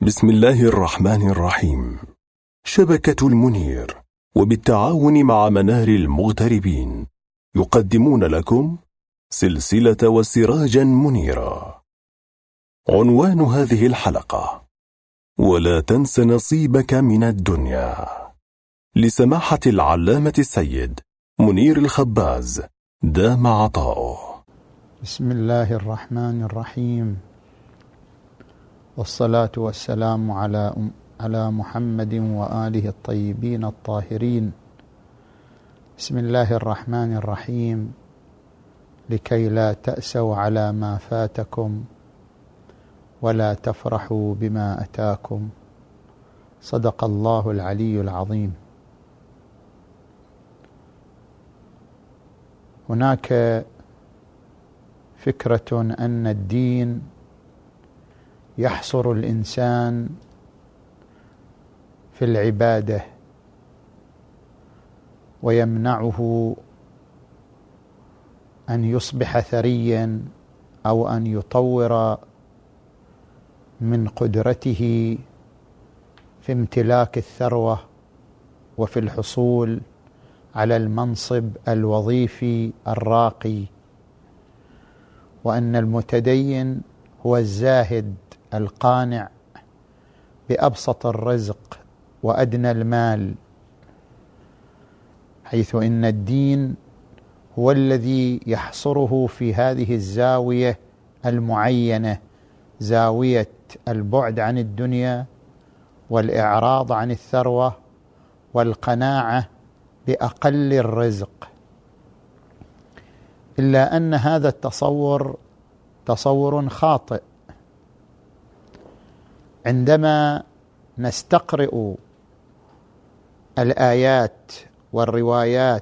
بسم الله الرحمن الرحيم. شبكة المنير وبالتعاون مع منار المغتربين يقدمون لكم سلسلة وسراجا منيرا. عنوان هذه الحلقة: ولا تنس نصيبك من الدنيا، لسماحة العلامة السيد منير الخباز دام عطاؤه. بسم الله الرحمن الرحيم، والصلاة والسلام على محمد وآله الطيبين الطاهرين. بسم الله الرحمن الرحيم. لكي لا تأسوا على ما فاتكم ولا تفرحوا بما أتاكم. صدق الله العلي العظيم. هناك فكرة أن الدين يحصر الإنسان في العبادة ويمنعه أن يصبح ثريا أو أن يطور من قدرته في امتلاك الثروة وفي الحصول على المنصب الوظيفي الراقي، وأن المتدين هو الزاهد القانع بأبسط الرزق وأدنى المال، حيث إن الدين هو الذي يحصره في هذه الزاوية المعينة، زاوية البعد عن الدنيا والإعراض عن الثروة والقناعة بأقل الرزق. إلا أن هذا التصور تصور خاطئ. عندما نستقرئ الآيات والروايات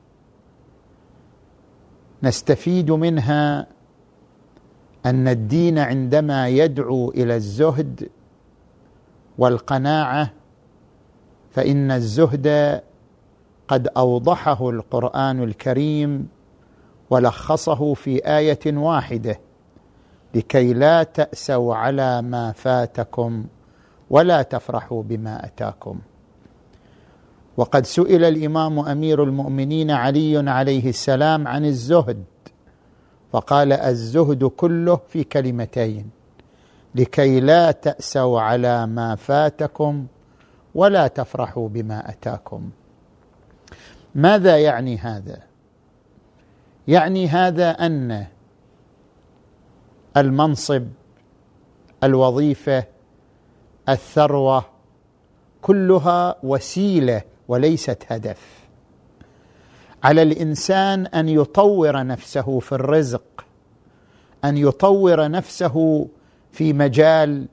نستفيد منها أن الدين عندما يدعو إلى الزهد والقناعة فإن الزهد قد أوضحه القرآن الكريم ولخصه في آية واحدة: لكي لا تأسوا على ما فاتكم ولا تفرحوا بما أتاكم. وقد سئل الإمام أمير المؤمنين علي عليه السلام عن الزهد، فقال: الزهد كله في كلمتين: لكي لا تأسوا على ما فاتكم ولا تفرحوا بما أتاكم. ماذا يعني هذا؟ يعني هذا أن المنصب، الوظيفة، الثروة كلها وسيلة وليست هدف. على الإنسان أن يطور نفسه في الرزق، أن يطور نفسه في مجال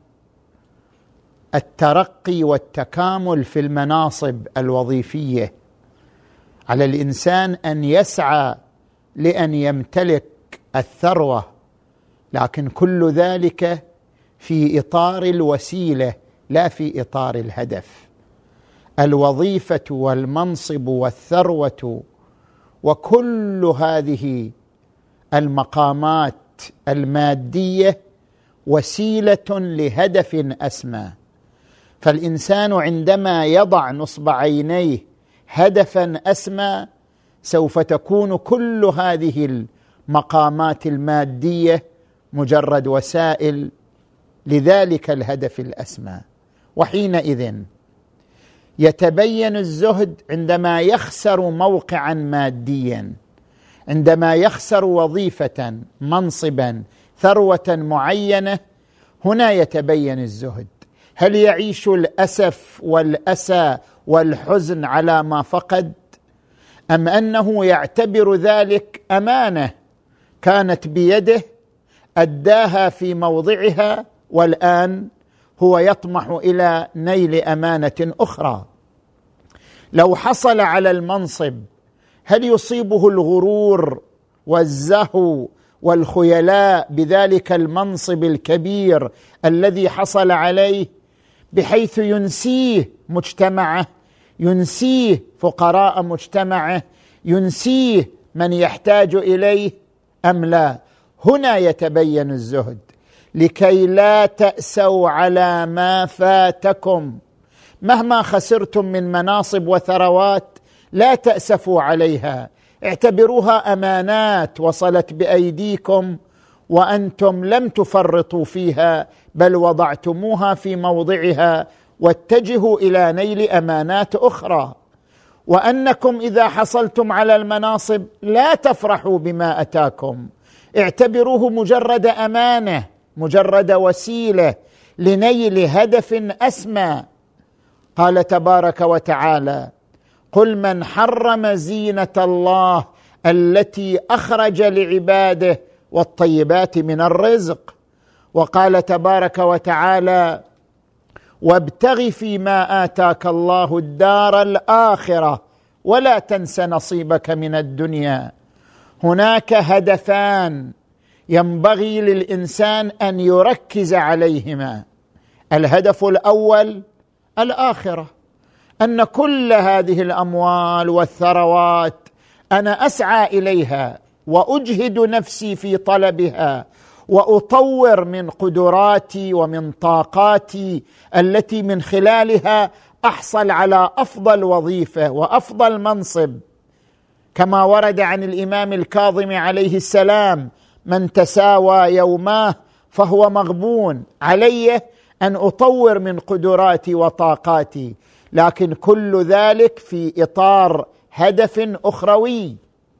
الترقي والتكامل في المناصب الوظيفية. على الإنسان أن يسعى لأن يمتلك الثروة، لكن كل ذلك في إطار الوسيلة لا في إطار الهدف. الوظيفة والمنصب والثروة وكل هذه المقامات المادية وسيلة لهدف أسمى. فالإنسان عندما يضع نصب عينيه هدفا أسمى سوف تكون كل هذه المقامات المادية مجرد وسائل لذلك الهدف الأسمى. وحينئذ يتبين الزهد عندما يخسر موقعا ماديا، عندما يخسر وظيفة، منصبا، ثروة معينة. هنا يتبين الزهد. هل يعيش الأسف والأسى والحزن على ما فقد، أم أنه يعتبر ذلك أمانة كانت بيده أداها في موضعها، والآن هو يطمح إلى نيل أمانة أخرى؟ لو حصل على المنصب هل يصيبه الغرور والزهو والخيلاء بذلك المنصب الكبير الذي حصل عليه، بحيث ينسيه مجتمعه، ينسيه فقراء مجتمعه، ينسيه من يحتاج إليه، أم لا؟ هنا يتبين الزهد. لكي لا تأسوا على ما فاتكم. مهما خسرتم من مناصب وثروات لا تأسفوا عليها، اعتبروها أمانات وصلت بأيديكم وأنتم لم تفرطوا فيها بل وضعتموها في موضعها، واتجهوا إلى نيل أمانات أخرى. وأنكم إذا حصلتم على المناصب لا تفرحوا بما أتاكم، اعتبروه مجرد أمانة، مجرد وسيلة لنيل هدف أسمى. قال تبارك وتعالى: قل من حرم زينة الله التي أخرج لعباده والطيبات من الرزق. وقال تبارك وتعالى: وابتغ فيما آتاك الله الدار الآخرة ولا تنس نصيبك من الدنيا. هناك هدفان ينبغي للإنسان أن يركز عليهما. الهدف الأول الآخرة، أن كل هذه الأموال والثروات أنا أسعى إليها وأجهد نفسي في طلبها وأطور من قدراتي ومن طاقاتي التي من خلالها أحصل على أفضل وظيفة وأفضل منصب، كما ورد عن الإمام الكاظم عليه السلام: من تساوى يوماه فهو مغبون. علي أن أطور من قدراتي وطاقاتي، لكن كل ذلك في إطار هدف أخروي.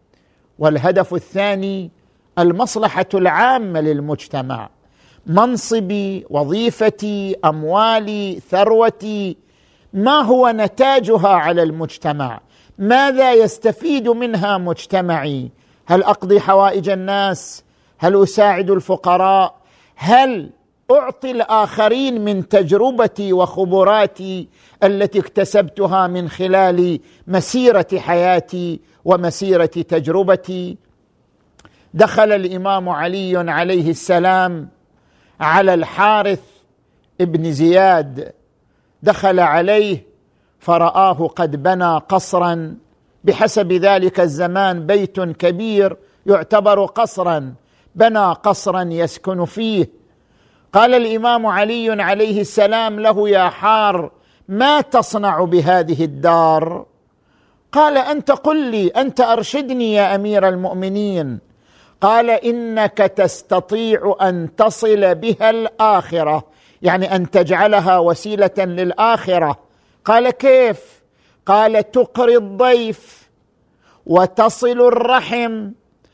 والهدف الثاني المصلحة العامة للمجتمع. منصبي، وظيفتي، أموالي، ثروتي، ما هو نتاجها على المجتمع؟ ماذا يستفيد منها مجتمعي؟ هل أقضي حوائج الناس؟ هل أساعد الفقراء؟ هل أعطي الآخرين من تجربتي وخبراتي التي اكتسبتها من خلال مسيرة حياتي ومسيرة تجربتي؟ دخل الإمام علي عليه السلام على الحارث ابن زياد، دخل عليه فرآه قد بنى قصرا، بحسب ذلك الزمان بيت كبير يعتبر قصرا، بنى قصرا يسكن فيه. قال الإمام علي عليه السلام له: يا حار، ما تصنع بهذه الدار؟ قال: أنت قل لي، أنت أرشدني يا أمير المؤمنين. قال: إنك تستطيع أن تصل بها الآخرة، يعني أن تجعلها وسيلة للآخرة. قال: كيف؟ قال: تقري الضيف وتصل الرحم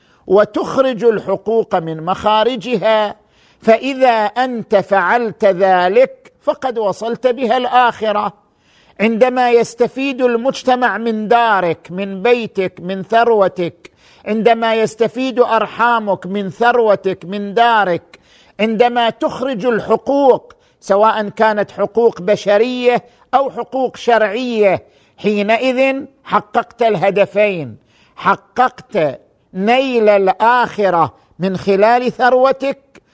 وتخرج الحقوق من مخارجها، فإذا أنت فعلت ذلك فقد وصلت بها الآخرة. عندما يستفيد المجتمع من دارك، من بيتك، من ثروتك، عندما يستفيد أرحامك من ثروتك، من دارك، عندما تخرج الحقوق سواء كانت حقوق بشرية أو حقوق شرعية، حينئذ حققت الهدفين، حققت نيل الآخرة من خلال ثروتك،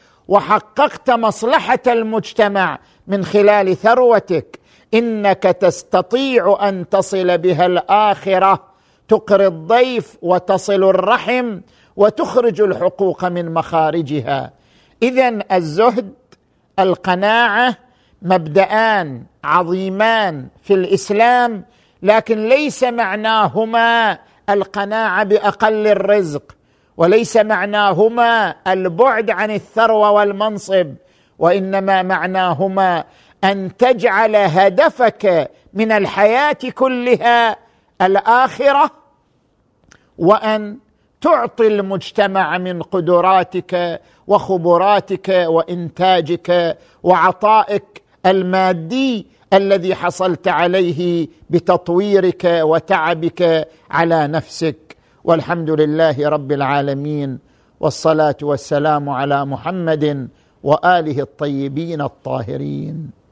وحققت مصلحة المجتمع من خلال ثروتك. إنك تستطيع أن تصل بها الآخرة، تقري الضيف وتصل الرحم وتخرج الحقوق من مخارجها. إذن الزهد، القناعة، مبدأان عظيمان في الإسلام، لكن ليس معناهما القناعة بأقل الرزق، وليس معناهما البعد عن الثروة والمنصب، وإنما معناهما أن تجعل هدفك من الحياة كلها الآخرة، وأن تعطي المجتمع من قدراتك وخبراتك وإنتاجك وعطائك المادي الذي حصلت عليه بتطويرك وتعبك على نفسك. والحمد لله رب العالمين، والصلاة والسلام على محمد وآله الطيبين الطاهرين.